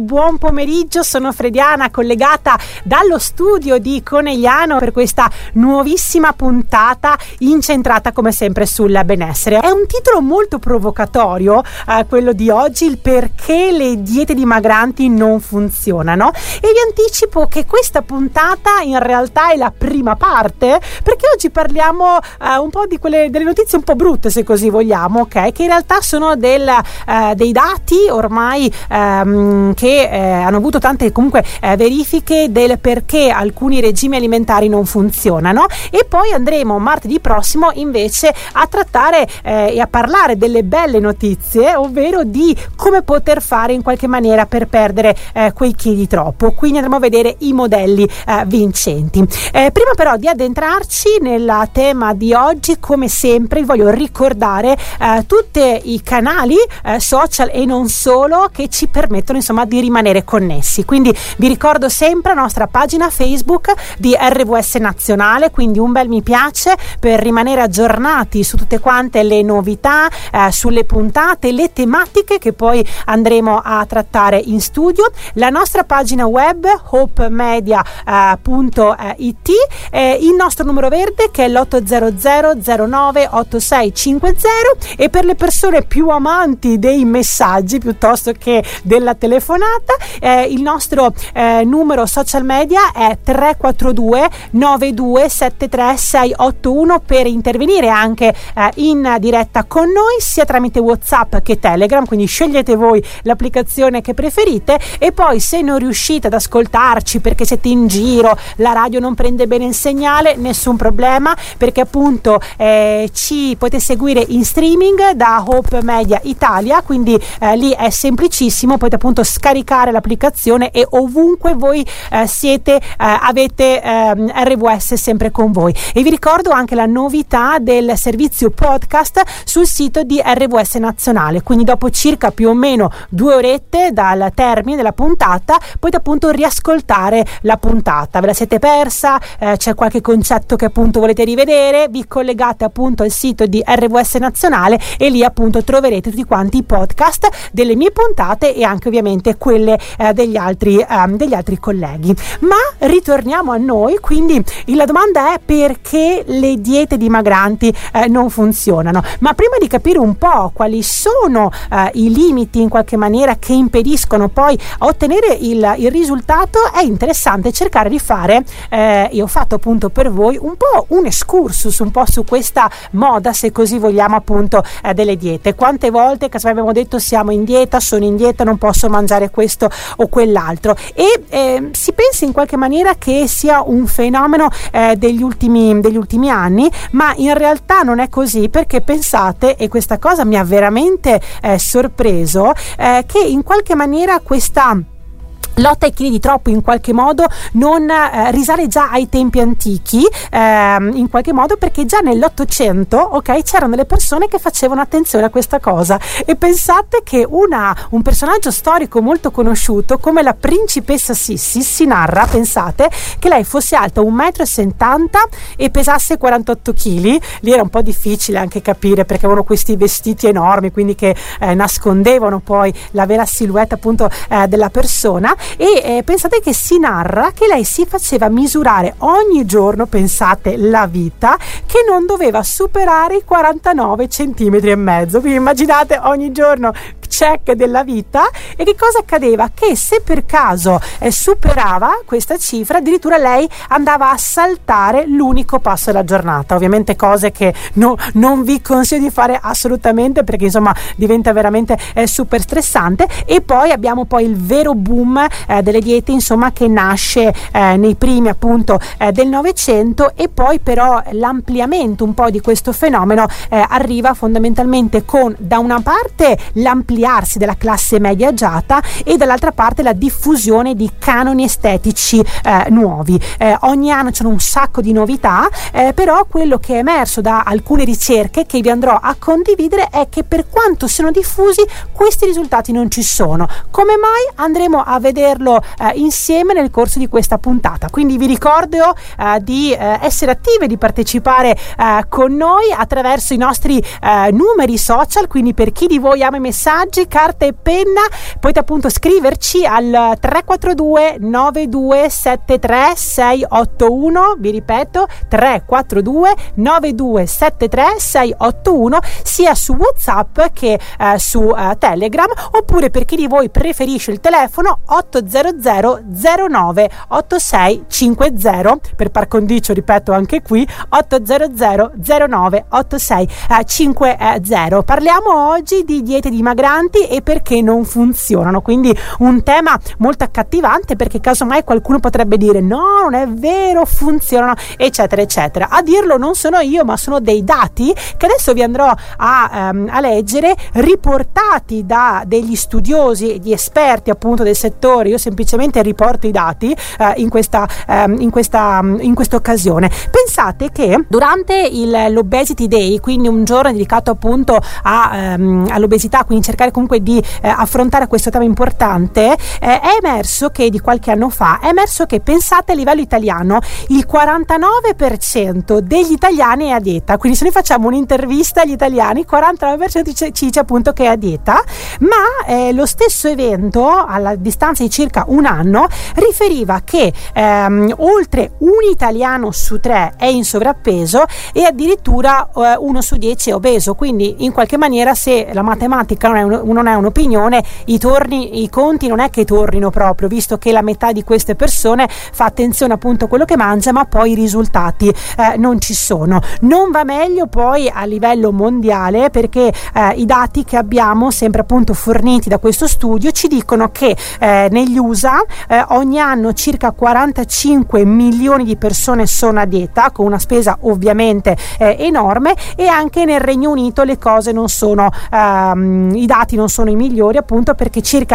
buon pomeriggio, sono Frediana, collegata dallo studio di Conegliano per questa nuovissima puntata incentrata come sempre sul benessere. È un titolo molto provocatorio, quello di oggi, il perché le diete dimagranti non funzionano, e vi anticipo che questa puntata in realtà è la prima parte, perché oggi parliamo un po' di delle notizie un po' brutte, se così vogliamo, ok? Che in realtà sono dei dati ormai che hanno avuto tante comunque verifiche del perché alcuni regimi alimentari non funzionano, e poi andremo martedì prossimo invece a trattare e a parlare delle belle notizie, ovvero di come poter fare in qualche maniera per perdere quei chili troppo. Quindi andremo a vedere i modelli vincenti. Prima però di addentrarci nel tema di oggi, come sempre vi voglio ricordare tutti i canali social e non solo che ci permettono insomma di rimanere connessi. Quindi vi ricordo sempre la nostra pagina Facebook di RVS Nazionale, quindi un bel mi piace per rimanere aggiornati su tutte quante le novità, sulle puntate, le tematiche che poi andremo a trattare in studio. La nostra pagina web hopemedia.it, il nostro numero verde che è l'800 09 8650, e per le persone più amanti dei messaggi piuttosto che della telefonata, il nostro numero social media è 342 9273 681 per intervenire anche in diretta con noi, sia tramite WhatsApp che Telegram, quindi scegliete voi l'applicazione che preferite. E poi, se non riuscite ad ascoltarci perché siete in giro, la radio non prende bene il segnale, nessun problema, perché appunto ci potete seguire in streaming da Hope Media Italia, quindi lì è semplicissimo, potete appunto scaricare l'applicazione e ovunque voi siete avete RVS sempre con voi. E vi ricordo anche la novità del servizio podcast sul sito di RVS Nazionale, quindi dopo circa più o meno 2 orette dal termine della puntata potete appunto riascoltare la puntata. Ve la siete persa, c'è qualche concetto che appunto volete rivedere, vi collegate appunto al sito di RVS Nazionale e lì appunto troverete tutti quanti i podcast delle mie puntate e anche ovviamente quelle degli altri colleghi. Ma ritorniamo a noi, quindi la domanda è: perché le diete dimagranti non funzionano? Ma prima di capire un po' quali sono i limiti in qualche maniera che impediscono poi a ottenere il risultato, è interessante cercare di fare, io ho fatto appunto per voi un po' un excursus un po' su questa moda, se così vogliamo, appunto delle diete. Quante volte che abbiamo detto siamo in dieta, sono in dieta, non posso mangiare questo o quell'altro, e si pensa in qualche maniera che sia un fenomeno degli ultimi anni, ma in realtà non è così, perché pensate, e questa cosa mi ha veramente sorpreso, che in qualche maniera questa lotta ai chili di troppo in qualche modo non risale già ai tempi antichi, in qualche modo, perché già nell'800, ok, c'erano delle persone che facevano attenzione a questa cosa. E pensate che un personaggio storico molto conosciuto come la principessa Sissi, si narra, pensate, che lei fosse alta 1,70 m e pesasse 48 kg. Lì era un po' difficile anche capire, perché avevano questi vestiti enormi, quindi che nascondevano poi la vera silhouette appunto della persona. E pensate che si narra che lei si faceva misurare ogni giorno, pensate, la vita, che non doveva superare i 49 centimetri e mezzo. Quindi immaginate ogni giorno check della vita. E che cosa accadeva? Che se per caso superava questa cifra, addirittura lei andava a saltare l'unico passo della giornata. Ovviamente cose che non vi consiglio di fare assolutamente, perché insomma diventa veramente super stressante. E poi abbiamo poi il vero boom delle diete, insomma, che nasce nei primi appunto del Novecento, e poi però l'ampliamento un po' di questo fenomeno arriva fondamentalmente con, da una parte, l'ampliamento della classe media agiata, e dall'altra parte la diffusione di canoni estetici nuovi. Ogni anno c'è un sacco di novità, però quello che è emerso da alcune ricerche che vi andrò a condividere è che, per quanto siano diffusi, questi risultati non ci sono. Come mai? Andremo a vederlo insieme nel corso di questa puntata. Quindi vi ricordo di essere attive, di partecipare con noi attraverso i nostri numeri social. Quindi, per chi di voi ama i messaggi, messaggi, carta e penna, potete appunto scriverci al 342 9273 681, vi ripeto 342 9273 681, sia su WhatsApp che su Telegram, oppure per chi di voi preferisce il telefono 800 09 8650, per par condicio ripeto anche qui 800 09 8650. Parliamo oggi di diete dimagranti e perché non funzionano, quindi un tema molto accattivante, perché casomai qualcuno potrebbe dire no, non è vero, funzionano, eccetera eccetera. A dirlo non sono io, ma sono dei dati che adesso vi andrò a leggere, riportati da degli studiosi e di esperti appunto del settore. Io semplicemente riporto i dati in questa occasione. Pensate che durante l'Obesity Day, quindi un giorno dedicato appunto all'obesità, quindi cercare comunque di affrontare questo tema importante, è emerso che di qualche anno fa pensate a livello italiano il 49% degli italiani è a dieta. Quindi se noi facciamo un'intervista agli italiani, il 49% ci dice appunto che è a dieta, ma lo stesso evento, alla distanza di circa un anno, riferiva che oltre un italiano su 3 è in sovrappeso e addirittura 1 su 10 è obeso. Quindi in qualche maniera, se la matematica non è un'opinione, i conti non è che tornino proprio, visto che la metà di queste persone fa attenzione appunto a quello che mangia, ma poi i risultati non ci sono. Non va meglio poi a livello mondiale, perché i dati che abbiamo sempre appunto forniti da questo studio ci dicono che negli USA ogni anno circa 45 milioni di persone sono a dieta, con una spesa ovviamente enorme, e anche nel Regno Unito le cose non sono, i dati non sono i migliori, appunto perché circa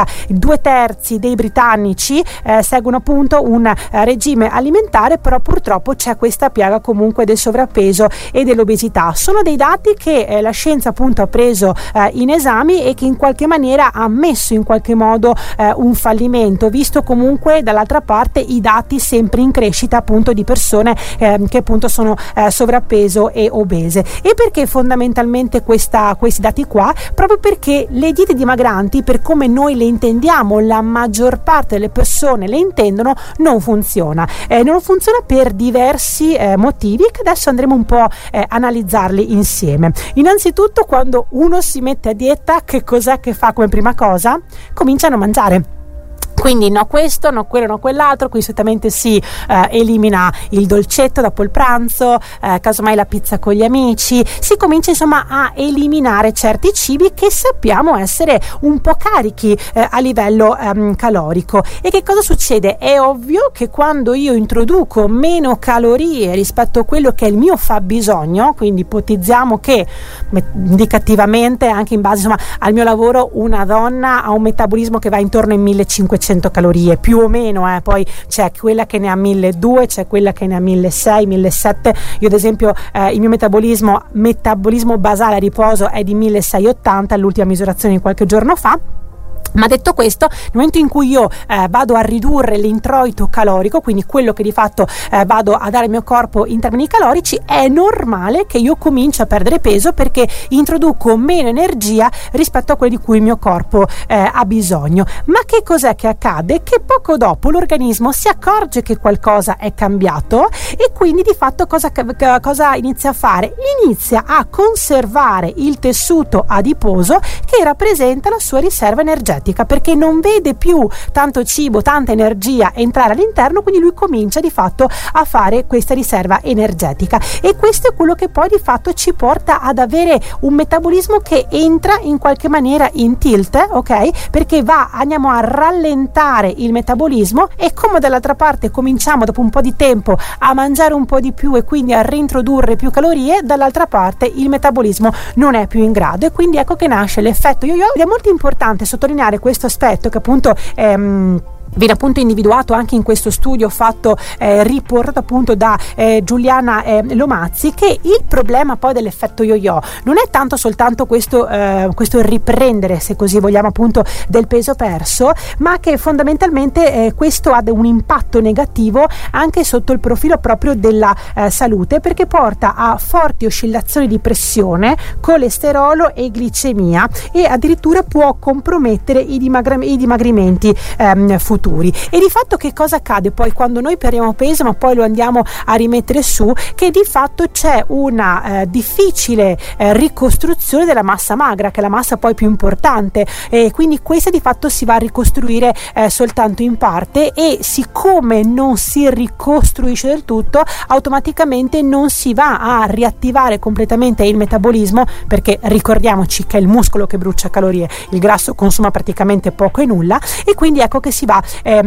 2/3 dei britannici seguono appunto un regime alimentare, però purtroppo c'è questa piaga comunque del sovrappeso e dell'obesità. Sono dei dati che la scienza appunto ha preso in esami e che in qualche maniera ha messo in qualche modo un fallimento, visto comunque dall'altra parte i dati sempre in crescita appunto di persone che appunto sono sovrappeso e obese. E perché fondamentalmente questi dati qua? Proprio perché le diete dimagranti, per come noi le intendiamo, la maggior parte delle persone le intendono, non funziona. Non funziona per diversi motivi che adesso andremo un po' analizzarli insieme. Innanzitutto, quando uno si mette a dieta, che cos'è che fa come prima cosa? Cominciano a mangiare. Quindi no questo, no quello, no quell'altro. Qui solitamente si elimina il dolcetto dopo il pranzo, casomai la pizza con gli amici, si comincia insomma a eliminare certi cibi che sappiamo essere un po' carichi a livello calorico. E che cosa succede? È ovvio che quando io introduco meno calorie rispetto a quello che è il mio fabbisogno, quindi ipotizziamo che indicativamente, anche in base insomma al mio lavoro, una donna ha un metabolismo che va intorno ai 1500 calorie più o meno, poi c'è quella che ne ha 1200, c'è quella che ne ha 1600, 1700. Io ad esempio il mio metabolismo basale a riposo è di 1680, l'ultima misurazione di qualche giorno fa. Ma detto questo, nel momento in cui io vado a ridurre l'introito calorico, quindi quello che di fatto vado a dare al mio corpo in termini calorici, è normale che io cominci a perdere peso, perché introduco meno energia rispetto a quello di cui il mio corpo ha bisogno. Ma che cos'è che accade? Che poco dopo l'organismo si accorge che qualcosa è cambiato e quindi di fatto cosa inizia a fare? Inizia a conservare il tessuto adiposo che rappresenta la sua riserva energetica, perché non vede più tanto cibo, tanta energia entrare all'interno, quindi lui comincia di fatto a fare questa riserva energetica, e questo è quello che poi di fatto ci porta ad avere un metabolismo che entra in qualche maniera in tilt, ok? Perché andiamo a rallentare il metabolismo, e come dall'altra parte cominciamo dopo un po' di tempo a mangiare un po' di più e quindi a reintrodurre più calorie, dall'altra parte il metabolismo non è più in grado, e quindi ecco che nasce l'effetto yo-yo. Ed è molto importante sottolineare questo aspetto, che appunto viene appunto individuato anche in questo studio fatto riportato appunto da Giuliana Lomazzi, che il problema poi dell'effetto yo-yo non è tanto soltanto questo riprendere, se così vogliamo, appunto del peso perso, ma che fondamentalmente questo ha un impatto negativo anche sotto il profilo proprio della salute, perché porta a forti oscillazioni di pressione, colesterolo e glicemia, e addirittura può compromettere i dimagrimenti futuri. E di fatto che cosa accade poi quando noi perdiamo peso ma poi lo andiamo a rimettere su? Che di fatto c'è una difficile ricostruzione della massa magra, che è la massa poi più importante, e quindi questa di fatto si va a ricostruire soltanto in parte, e siccome non si ricostruisce del tutto, automaticamente non si va a riattivare completamente il metabolismo, perché ricordiamoci che è il muscolo che brucia calorie, il grasso consuma praticamente poco e nulla, e quindi ecco che si va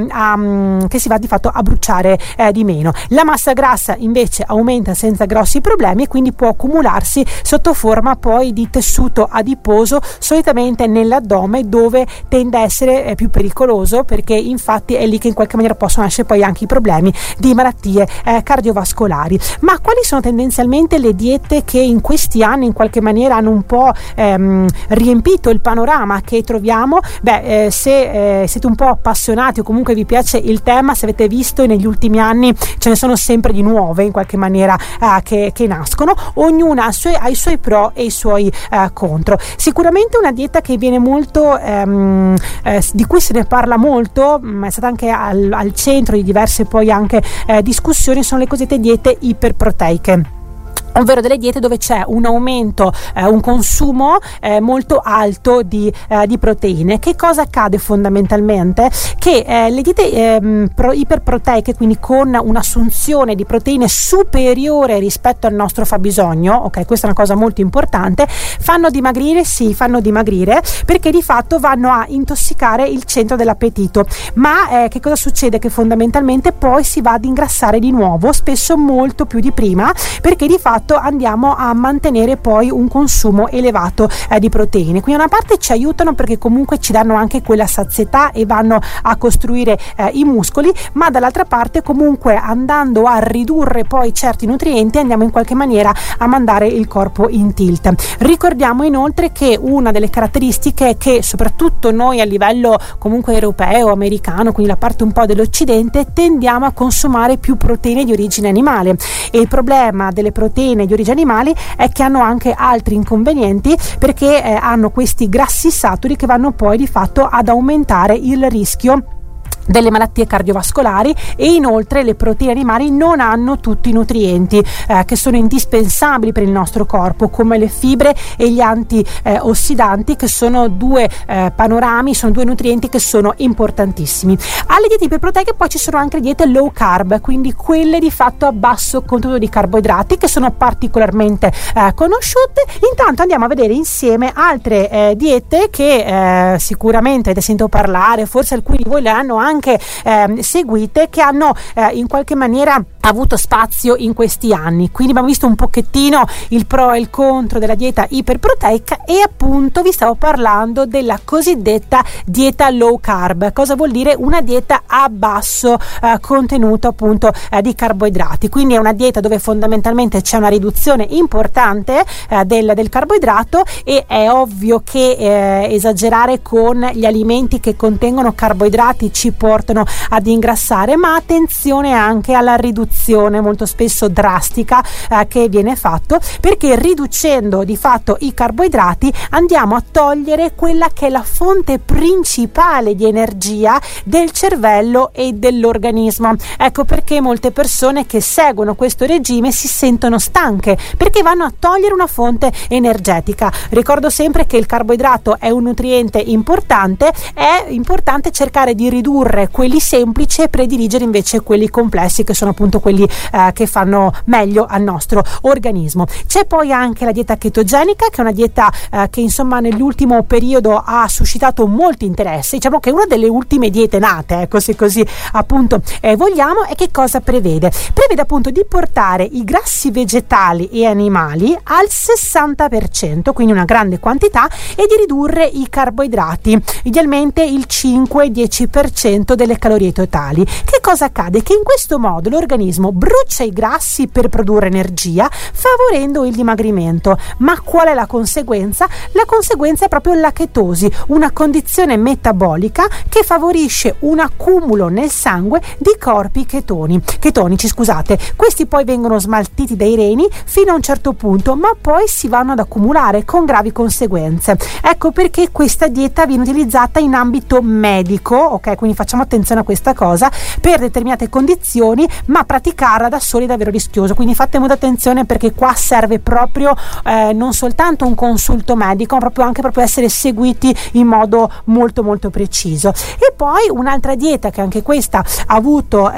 di fatto a bruciare di meno. La massa grassa invece aumenta senza grossi problemi, e quindi può accumularsi sotto forma poi di tessuto adiposo, solitamente nell'addome, dove tende a essere più pericoloso, perché infatti è lì che in qualche maniera possono nascere poi anche i problemi di malattie cardiovascolari. Ma quali sono tendenzialmente le diete che in questi anni in qualche maniera hanno un po' riempito il panorama che troviamo? Se siete un po' appassionati o comunque vi piace il tema, se avete visto negli ultimi anni ce ne sono sempre di nuove in qualche maniera che nascono, ognuna ha i suoi pro e i suoi contro. Sicuramente una dieta che viene molto di cui se ne parla molto, è stata anche al centro di diverse poi anche discussioni, sono le cosiddette diete iperproteiche, ovvero delle diete dove c'è un aumento, un consumo molto alto di proteine. Che cosa accade fondamentalmente? Che le diete iperproteiche, quindi con un'assunzione di proteine superiore rispetto al nostro fabbisogno, ok, questa è una cosa molto importante, fanno dimagrire, perché di fatto vanno a intossicare il centro dell'appetito. Ma che cosa succede? Che fondamentalmente poi si va ad ingrassare di nuovo, spesso molto più di prima, perché di fatto andiamo a mantenere poi un consumo elevato di proteine. Quindi da una parte ci aiutano perché comunque ci danno anche quella sazietà e vanno a costruire i muscoli, ma dall'altra parte comunque, andando a ridurre poi certi nutrienti, andiamo in qualche maniera a mandare il corpo in tilt. Ricordiamo inoltre che una delle caratteristiche è che soprattutto noi a livello comunque europeo, americano, quindi la parte un po' dell'occidente, tendiamo a consumare più proteine di origine animale, e il problema delle proteine di origine animali è che hanno anche altri inconvenienti, perché hanno questi grassi saturi che vanno poi di fatto ad aumentare il rischio delle malattie cardiovascolari, e inoltre le proteine animali non hanno tutti i nutrienti che sono indispensabili per il nostro corpo, come le fibre e gli antiossidanti, che sono due panorami, sono due nutrienti che sono importantissimi. Alle diete iperproteiche poi ci sono anche le diete low carb, quindi quelle di fatto a basso contenuto di carboidrati, che sono particolarmente conosciute. Intanto andiamo a vedere insieme altre diete che sicuramente avete sentito parlare, forse alcuni di voi le hanno anche seguite, che hanno in qualche maniera avuto spazio in questi anni. Quindi abbiamo visto un pochettino il pro e il contro della dieta iperproteica, e appunto vi stavo parlando della cosiddetta dieta low carb. Cosa vuol dire? Una dieta a basso contenuto appunto di carboidrati. Quindi è una dieta dove fondamentalmente c'è una riduzione importante del carboidrato, e è ovvio che esagerare con gli alimenti che contengono carboidrati ci portano ad ingrassare, ma attenzione anche alla riduzione molto spesso drastica che viene fatto, perché riducendo di fatto i carboidrati andiamo a togliere quella che è la fonte principale di energia del cervello e dell'organismo. Ecco perché molte persone che seguono questo regime si sentono stanche, perché vanno a togliere una fonte energetica. Ricordo sempre che il carboidrato è un nutriente importante, è importante cercare di ridurre quelli semplici e prediligere invece quelli complessi, che sono appunto quelli che fanno meglio al nostro organismo. C'è poi anche la dieta chetogenica, che è una dieta che insomma nell'ultimo periodo ha suscitato molti interessi. Diciamo che è una delle ultime diete nate, se così appunto vogliamo. E che cosa prevede? Prevede appunto di portare i grassi vegetali e animali al 60%, quindi una grande quantità, e di ridurre i carboidrati, idealmente il 5-10% 10% delle calorie totali. Che cosa accade? Che in questo modo l'organismo brucia i grassi per produrre energia, favorendo il dimagrimento. Ma qual è la conseguenza? La conseguenza è proprio la chetosi, una condizione metabolica che favorisce un accumulo nel sangue di corpi chetonici, scusate. Questi poi vengono smaltiti dai reni fino a un certo punto, ma poi si vanno ad accumulare con gravi conseguenze. Ecco perché questa dieta viene utilizzata in ambito medico, ok? Quindi facciamo attenzione a questa cosa, per determinate condizioni, ma praticarla da soli è davvero rischioso, quindi fate molta attenzione, perché qua serve proprio non soltanto un consulto medico, ma proprio essere seguiti in modo molto molto preciso. E poi un'altra dieta che anche questa ha avuto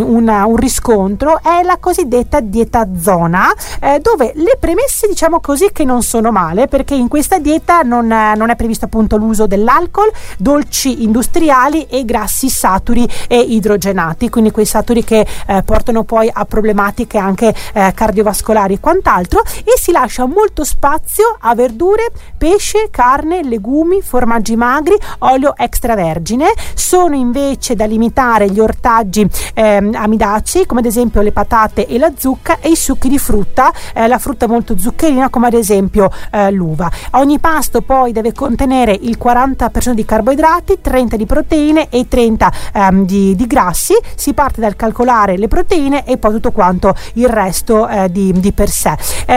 un riscontro è la cosiddetta dieta zona, dove le premesse, diciamo così, che non sono male, perché in questa dieta non è previsto appunto l'uso dell'alcol, dolci industriali e grassi saturi e idrogenati, quindi quei saturi che portano poi a problematiche anche cardiovascolari e quant'altro, e si lascia molto spazio a verdure, pesce, carne, legumi, formaggi magri, olio extravergine. Sono invece da limitare gli ortaggi amidacei, come ad esempio le patate e la zucca, e i succhi di frutta, la frutta molto zuccherina, come ad esempio l'uva. Ogni pasto poi deve contenere il 40% di carboidrati, 30 di proteine e 30 di grassi. Si parte dal calcolare le proteine e poi tutto quanto il resto di per sé.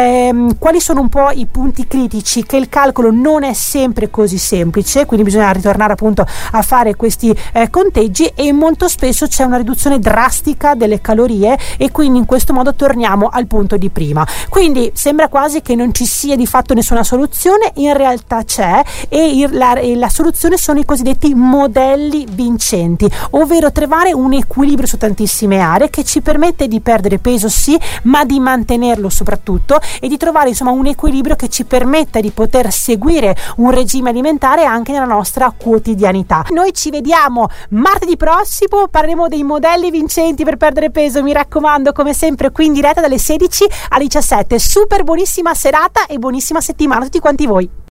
Quali sono un po' i punti critici? Che il calcolo non è sempre così semplice, quindi bisogna ritornare appunto a fare questi conteggi, e molto spesso c'è una riduzione drastica delle calorie, e quindi in questo modo torniamo al punto di prima. Quindi sembra quasi che non ci sia di fatto nessuna soluzione, in realtà c'è, e la soluzione sono i cosiddetti modelli vincenti, ovvero trovare un equilibrio su tantissime aree che ci permette di perdere peso, sì, ma di mantenerlo soprattutto, e di trovare insomma un equilibrio che ci permetta di poter seguire un regime alimentare anche nella nostra quotidianità. Noi ci vediamo martedì prossimo, parleremo dei modelli vincenti per perdere peso, mi raccomando, come sempre qui in diretta dalle 16 alle 17. Super buonissima serata e buonissima settimana a tutti quanti voi.